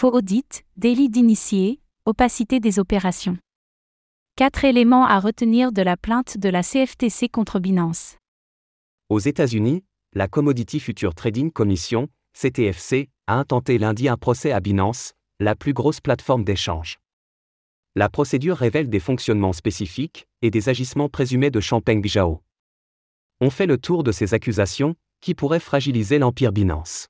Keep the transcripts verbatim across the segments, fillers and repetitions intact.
Faux audit, délit d'initié, opacité des opérations. Quatre éléments à retenir de la plainte de la C F T C contre Binance. Aux États-Unis, la Commodity Futures Trading Commission, C T F C, a intenté lundi un procès à Binance, la plus grosse plateforme d'échange. La procédure révèle des fonctionnements spécifiques et des agissements présumés de Changpeng Zhao. On fait le tour de ces accusations, qui pourraient fragiliser l'empire Binance.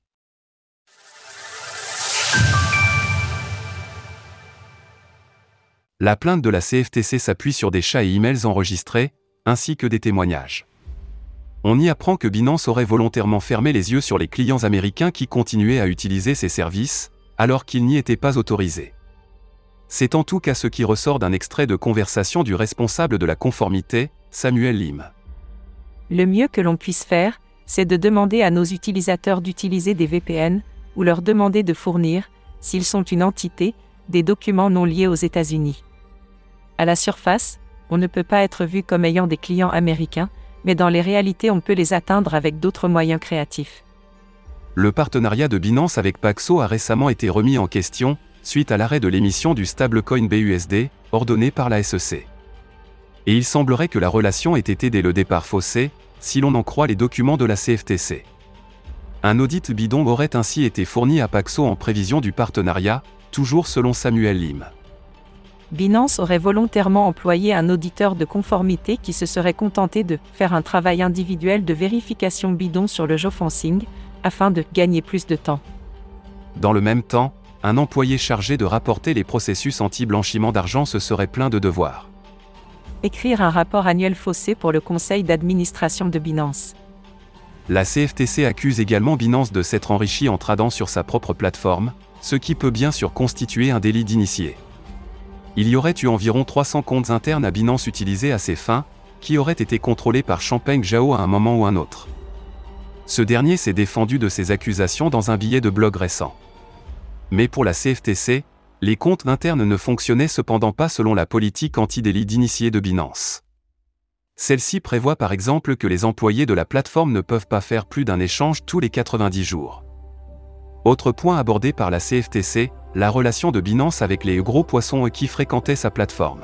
La plainte de la C F T C s'appuie sur des chats et emails enregistrés, ainsi que des témoignages. On y apprend que Binance aurait volontairement fermé les yeux sur les clients américains qui continuaient à utiliser ses services, alors qu'ils n'y étaient pas autorisés. C'est en tout cas ce qui ressort d'un extrait de conversation du responsable de la conformité, Samuel Lim. Le mieux que l'on puisse faire, c'est de demander à nos utilisateurs d'utiliser des V P N, ou leur demander de fournir, s'ils sont une entité, des documents non liés aux États-Unis. À la surface, on ne peut pas être vu comme ayant des clients américains, mais dans les réalités on peut les atteindre avec d'autres moyens créatifs. Le partenariat de Binance avec Paxos a récemment été remis en question, suite à l'arrêt de l'émission du stablecoin B U S D, ordonné par la S E C. Et il semblerait que la relation ait été dès le départ faussée, si l'on en croit les documents de la C F T C. Un audit bidon aurait ainsi été fourni à Paxos en prévision du partenariat, toujours selon Samuel Lim. Binance aurait volontairement employé un auditeur de conformité qui se serait contenté de faire un travail individuel de vérification bidon sur le geofencing, afin de gagner plus de temps. Dans le même temps, un employé chargé de rapporter les processus anti-blanchiment d'argent se serait plaint de devoir écrire un rapport annuel faussé pour le conseil d'administration de Binance. La C F T C accuse également Binance de s'être enrichi en tradant sur sa propre plateforme, ce qui peut bien sûr constituer un délit d'initié. Il y aurait eu environ trois cents comptes internes à Binance utilisés à ces fins, qui auraient été contrôlés par Changpeng Zhao à un moment ou un autre. Ce dernier s'est défendu de ces accusations dans un billet de blog récent. Mais pour la C F T C, les comptes internes ne fonctionnaient cependant pas selon la politique anti-délit d'initié de Binance. Celle-ci prévoit par exemple que les employés de la plateforme ne peuvent pas faire plus d'un échange tous les quatre-vingt-dix jours. Autre point abordé par la C F T C, la relation de Binance avec les gros poissons qui fréquentaient sa plateforme.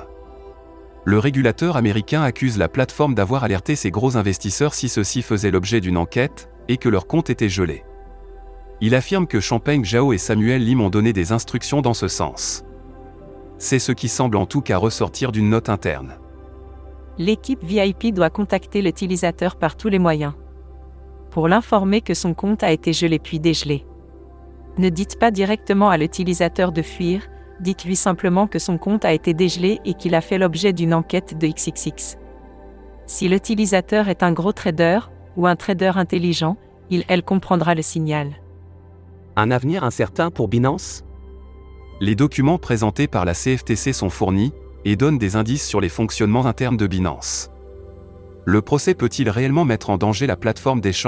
Le régulateur américain accuse la plateforme d'avoir alerté ses gros investisseurs si ceux-ci faisaient l'objet d'une enquête, et que leurs comptes étaient gelés. Il affirme que Changpeng Zhao et Samuel Lim ont donné des instructions dans ce sens. C'est ce qui semble en tout cas ressortir d'une note interne. L'équipe V I P doit contacter l'utilisateur par tous les moyens pour l'informer que son compte a été gelé puis dégelé. Ne dites pas directement à l'utilisateur de fuir, dites-lui simplement que son compte a été dégelé et qu'il a fait l'objet d'une enquête de X X X. Si l'utilisateur est un gros trader, ou un trader intelligent, il elle comprendra le signal. Un avenir incertain pour Binance ? Les documents présentés par la C F T C sont fournis, et donnent des indices sur les fonctionnements internes de Binance. Le procès peut-il réellement mettre en danger la plateforme d'échange ?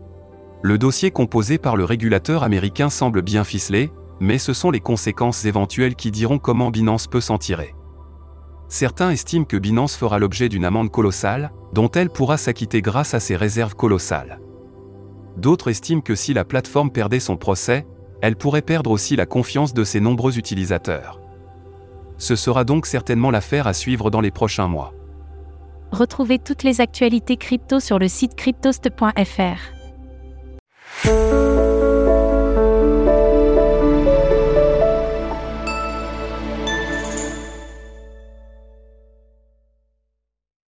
Le dossier composé par le régulateur américain semble bien ficelé, mais ce sont les conséquences éventuelles qui diront comment Binance peut s'en tirer. Certains estiment que Binance fera l'objet d'une amende colossale, dont elle pourra s'acquitter grâce à ses réserves colossales. D'autres estiment que si la plateforme perdait son procès, elle pourrait perdre aussi la confiance de ses nombreux utilisateurs. Ce sera donc certainement l'affaire à suivre dans les prochains mois. Retrouvez toutes les actualités crypto sur le site cryptost point f r.